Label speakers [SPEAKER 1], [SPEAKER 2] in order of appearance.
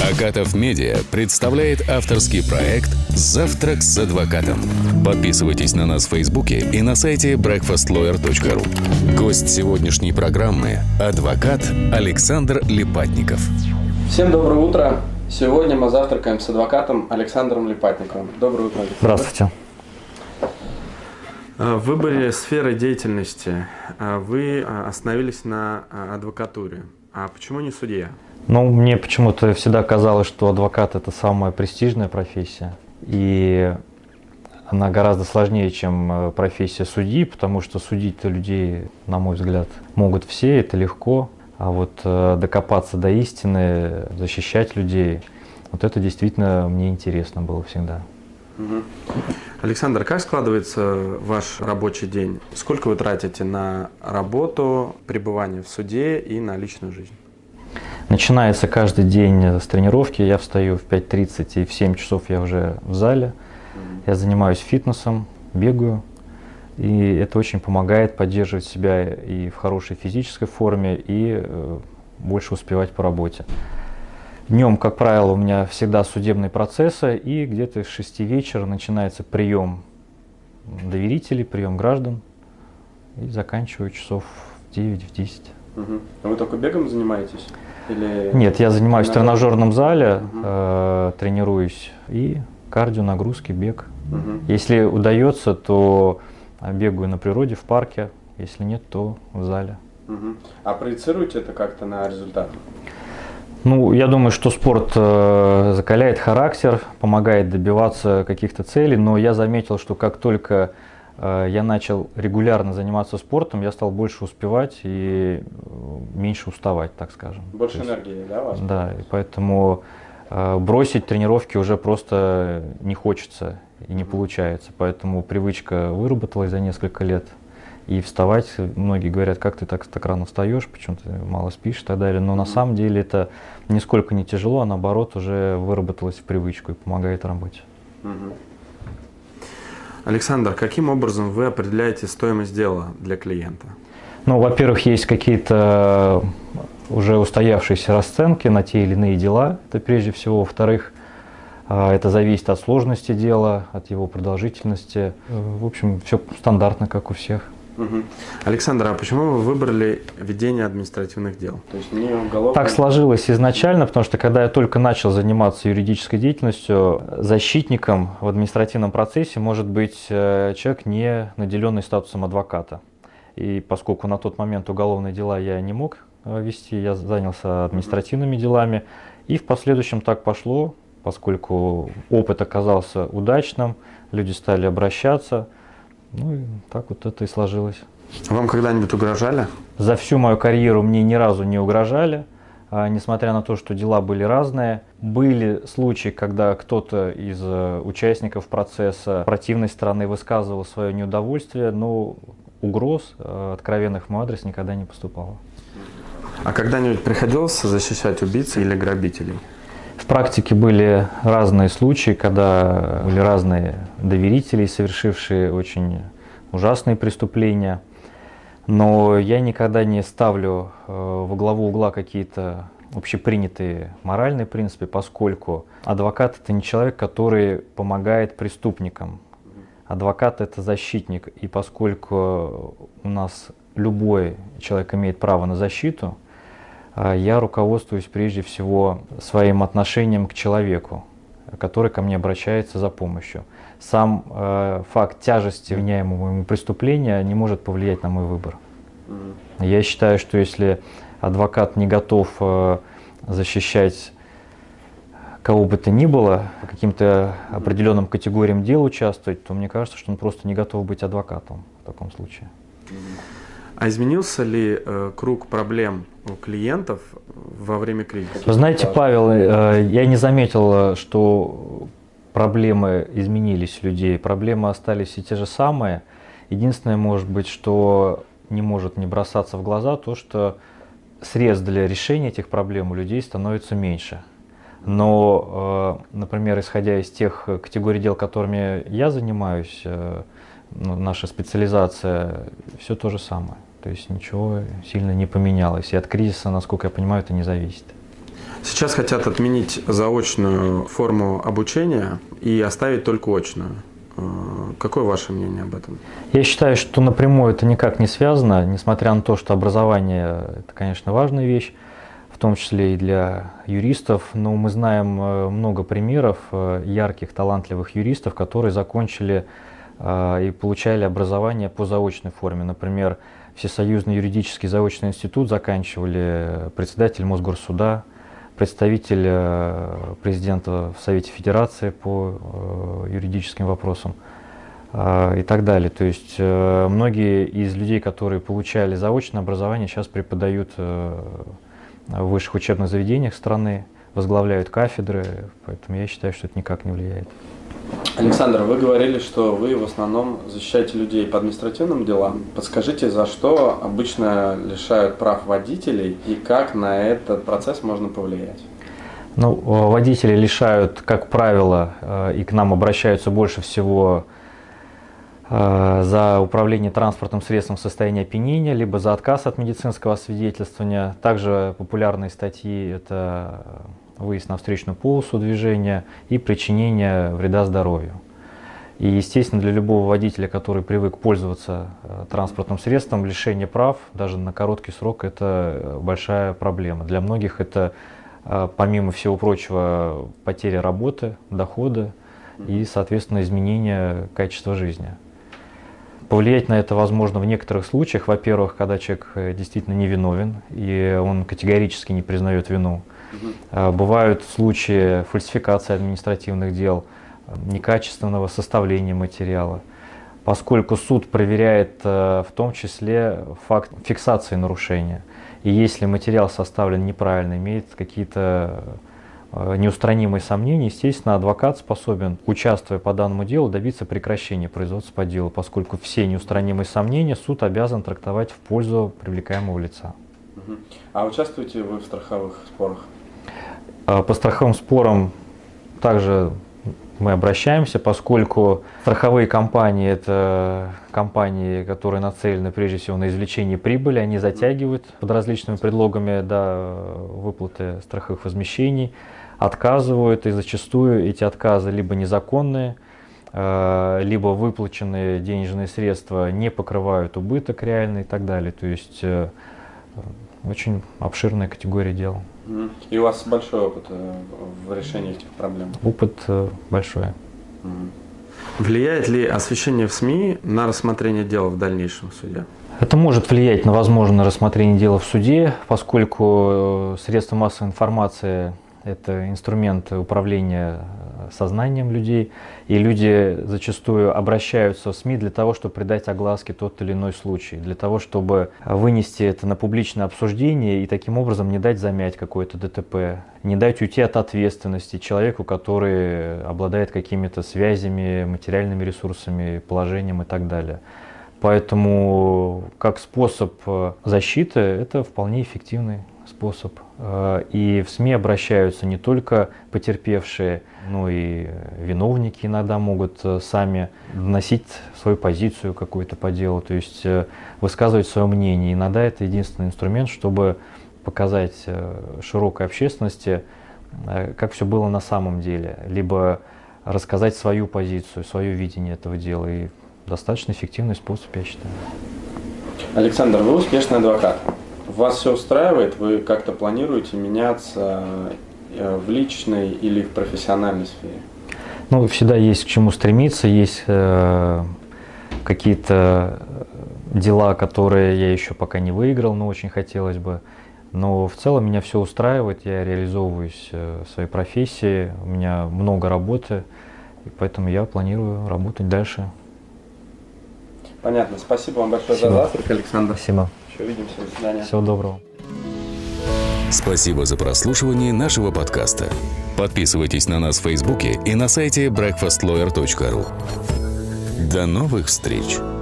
[SPEAKER 1] Акатов Медиа представляет авторский проект «Завтрак с адвокатом». Подписывайтесь на нас в Фейсбуке и на сайте breakfastlawyer.ru. Гость сегодняшней программы – адвокат Александр Липатников.
[SPEAKER 2] Всем доброе утро. Сегодня мы завтракаем с адвокатом Александром Липатниковым. Доброе утро, Александр.
[SPEAKER 3] Здравствуйте.
[SPEAKER 2] В выборе сферы деятельности вы остановились на адвокатуре. А почему не судья?
[SPEAKER 3] Ну, мне почему-то всегда казалось, что адвокат – это самая престижная профессия. И она гораздо сложнее, чем профессия судьи, потому что судить-то людей, на мой взгляд, могут все, это легко. А вот докопаться до истины, защищать людей, вот это действительно мне интересно было всегда.
[SPEAKER 2] Александр, как складывается ваш рабочий день? Сколько вы тратите на работу, пребывание в суде и на личную жизнь?
[SPEAKER 3] Начинается каждый день с тренировки. Я встаю в 5:30 и в 7 часов я уже в зале. Я занимаюсь фитнесом, бегаю. И это очень помогает поддерживать себя и в хорошей физической форме, и больше успевать по работе. Днем, как правило, у меня всегда судебные процессы, и где-то с 6 вечера начинается прием доверителей, прием граждан, и заканчиваю часов в 9-10.
[SPEAKER 2] А вы только бегом занимаетесь? Или...
[SPEAKER 3] Нет, я занимаюсь в тренажерном зале, тренируюсь, и кардио, нагрузки, бег. Если удается, то бегаю на природе, в парке, если нет, то в зале.
[SPEAKER 2] А проецируете это как-то на результат?
[SPEAKER 3] Ну, я думаю, что спорт закаляет характер, помогает добиваться каких-то целей, но я заметил, что как только я начал регулярно заниматься спортом, я стал больше успевать и меньше уставать, так скажем.
[SPEAKER 2] Больше энергии, да, у вас?
[SPEAKER 3] Да, и поэтому бросить тренировки уже просто не хочется и не получается, поэтому привычка выработалась за несколько лет. И вставать, многие говорят, как ты так рано встаешь, почему ты мало спишь и так далее. Но на самом деле это нисколько не тяжело, а наоборот уже выработалось в привычку и помогает работе.
[SPEAKER 2] Александр, каким образом вы определяете стоимость дела для клиента?
[SPEAKER 3] Ну, во-первых, есть какие-то уже устоявшиеся расценки на те или иные дела, это прежде всего. Во-вторых, это зависит от сложности дела, от его продолжительности. В общем, все стандартно, как у всех.
[SPEAKER 2] Александр, а почему вы выбрали ведение административных дел? То есть не уголовное...
[SPEAKER 3] Так сложилось изначально, потому что когда я только начал заниматься юридической деятельностью, защитником в административном процессе может быть человек, не наделенный статусом адвоката. И поскольку на тот момент уголовные дела я не мог вести, я занялся административными делами. И в последующем так пошло, поскольку опыт оказался удачным, люди стали обращаться. Ну и так вот это и сложилось.
[SPEAKER 2] Вам когда-нибудь угрожали?
[SPEAKER 3] За всю мою карьеру мне ни разу не угрожали, несмотря на то, что дела были разные. Были случаи, когда кто-то из участников процесса противной стороны высказывал свое неудовольствие, но угроз откровенных в мой адрес никогда не поступало.
[SPEAKER 2] А когда-нибудь приходилось защищать убийц или грабителей?
[SPEAKER 3] В практике были разные случаи, когда были разные доверители, совершившие очень ужасные преступления. Но я никогда не ставлю во главу угла какие-то общепринятые моральные принципы, поскольку адвокат – это не человек, который помогает преступникам. Адвокат – это защитник, и поскольку у нас любой человек имеет право на защиту, я руководствуюсь прежде всего своим отношением к человеку, который ко мне обращается за помощью. Сам факт тяжести вменяемого ему преступления не может повлиять на мой выбор. Я считаю, что если адвокат не готов защищать кого бы то ни было, по каким-то определенным категориям дел участвовать, то мне кажется, что он просто не готов быть адвокатом в таком случае.
[SPEAKER 2] А изменился ли круг проблем у клиентов во время кризиса?
[SPEAKER 3] Вы знаете, Павел, я не заметил, что проблемы изменились у людей. Проблемы остались и те же самые. Единственное, может быть, что не может не бросаться в глаза, то, что средств для решения этих проблем у людей становится меньше. Но, например, исходя из тех категорий дел, которыми я занимаюсь, наша специализация, все то же самое. То есть ничего сильно не поменялось. И от кризиса, насколько я понимаю, это не зависит.
[SPEAKER 2] Сейчас хотят отменить заочную форму обучения и оставить только очную. Какое ваше мнение об этом?
[SPEAKER 3] Я считаю, что напрямую это никак не связано, несмотря на то, что образование – это, конечно, важная вещь, в том числе и для юристов, но мы знаем много примеров ярких, талантливых юристов, которые закончили и получали образование по заочной форме. Например, Всесоюзный юридический заочный институт заканчивали председатель Мосгорсуда, представитель президента в Совете Федерации по юридическим вопросам и так далее. То есть многие из людей, которые получали заочное образование, сейчас преподают в высших учебных заведениях страны, возглавляют кафедры, поэтому я считаю, что это никак не влияет.
[SPEAKER 2] Александр, вы говорили, что вы в основном защищаете людей по административным делам. Подскажите, за что обычно лишают прав водителей и как на этот процесс можно повлиять?
[SPEAKER 3] Ну, водители лишают, как правило, и к нам обращаются больше всего за управление транспортным средством в состоянии опьянения, либо за отказ от медицинского освидетельствования. Также популярные статьи – это выезд на встречную полосу движения и причинение вреда здоровью. И, естественно, для любого водителя, который привык пользоваться транспортным средством, лишение прав даже на короткий срок – это большая проблема. Для многих это, помимо всего прочего, потеря работы, дохода и, соответственно, изменение качества жизни. Повлиять на это возможно в некоторых случаях. Во-первых, когда человек действительно невиновен и он категорически не признает вину. Бывают случаи фальсификации административных дел, некачественного составления материала, поскольку суд проверяет в том числе факт фиксации нарушения. И если материал составлен неправильно, имеет какие-то неустранимые сомнения, естественно, адвокат способен, участвуя по данному делу, добиться прекращения производства по делу, поскольку все неустранимые сомнения суд обязан трактовать в пользу привлекаемого лица.
[SPEAKER 2] А участвуете вы в страховых спорах?
[SPEAKER 3] По страховым спорам также мы обращаемся, поскольку страховые компании – это компании, которые нацелены прежде всего на извлечение прибыли, они затягивают под различными предлогами до выплаты страховых возмещений, отказывают, и зачастую эти отказы либо незаконные, либо выплаченные денежные средства не покрывают убыток реальный и так далее. То есть очень обширная категория дел.
[SPEAKER 2] И у вас большой опыт в решении этих проблем?
[SPEAKER 3] Опыт большой.
[SPEAKER 2] Влияет ли освещение в СМИ на рассмотрение дела в дальнейшем в суде?
[SPEAKER 3] Это может влиять на возможное рассмотрение дела в суде, поскольку средства массовой информации – это инструмент управления сознанием людей, и люди зачастую обращаются в СМИ для того, чтобы придать огласке тот или иной случай, для того, чтобы вынести это на публичное обсуждение и таким образом не дать замять какое-то ДТП, не дать уйти от ответственности человеку, который обладает какими-то связями, материальными ресурсами, положением и так далее. Поэтому как способ защиты это вполне эффективный способ. И в СМИ обращаются не только потерпевшие, но и виновники иногда могут сами доносить свою позицию какую-то по делу, то есть высказывать свое мнение. Иногда это единственный инструмент, чтобы показать широкой общественности, как все было на самом деле, либо рассказать свою позицию, свое видение этого дела. И достаточно эффективный способ, я считаю.
[SPEAKER 2] Александр, вы успешный адвокат. Вас все устраивает? Вы как-то планируете меняться в личной или в профессиональной сфере?
[SPEAKER 3] Ну, всегда есть к чему стремиться, есть какие-то дела, которые я еще пока не выиграл, но очень хотелось бы. Но в целом меня все устраивает, я реализовываюсь в своей профессии, у меня много работы, и поэтому я планирую работать дальше.
[SPEAKER 2] Понятно. Спасибо вам большое за завтрак, Александр.
[SPEAKER 3] Спасибо.
[SPEAKER 2] Еще увидимся. До свидания.
[SPEAKER 3] Всего доброго.
[SPEAKER 1] Спасибо за прослушивание нашего подкаста. Подписывайтесь на нас в Фейсбуке и на сайте breakfastlawyer.ru. До новых встреч!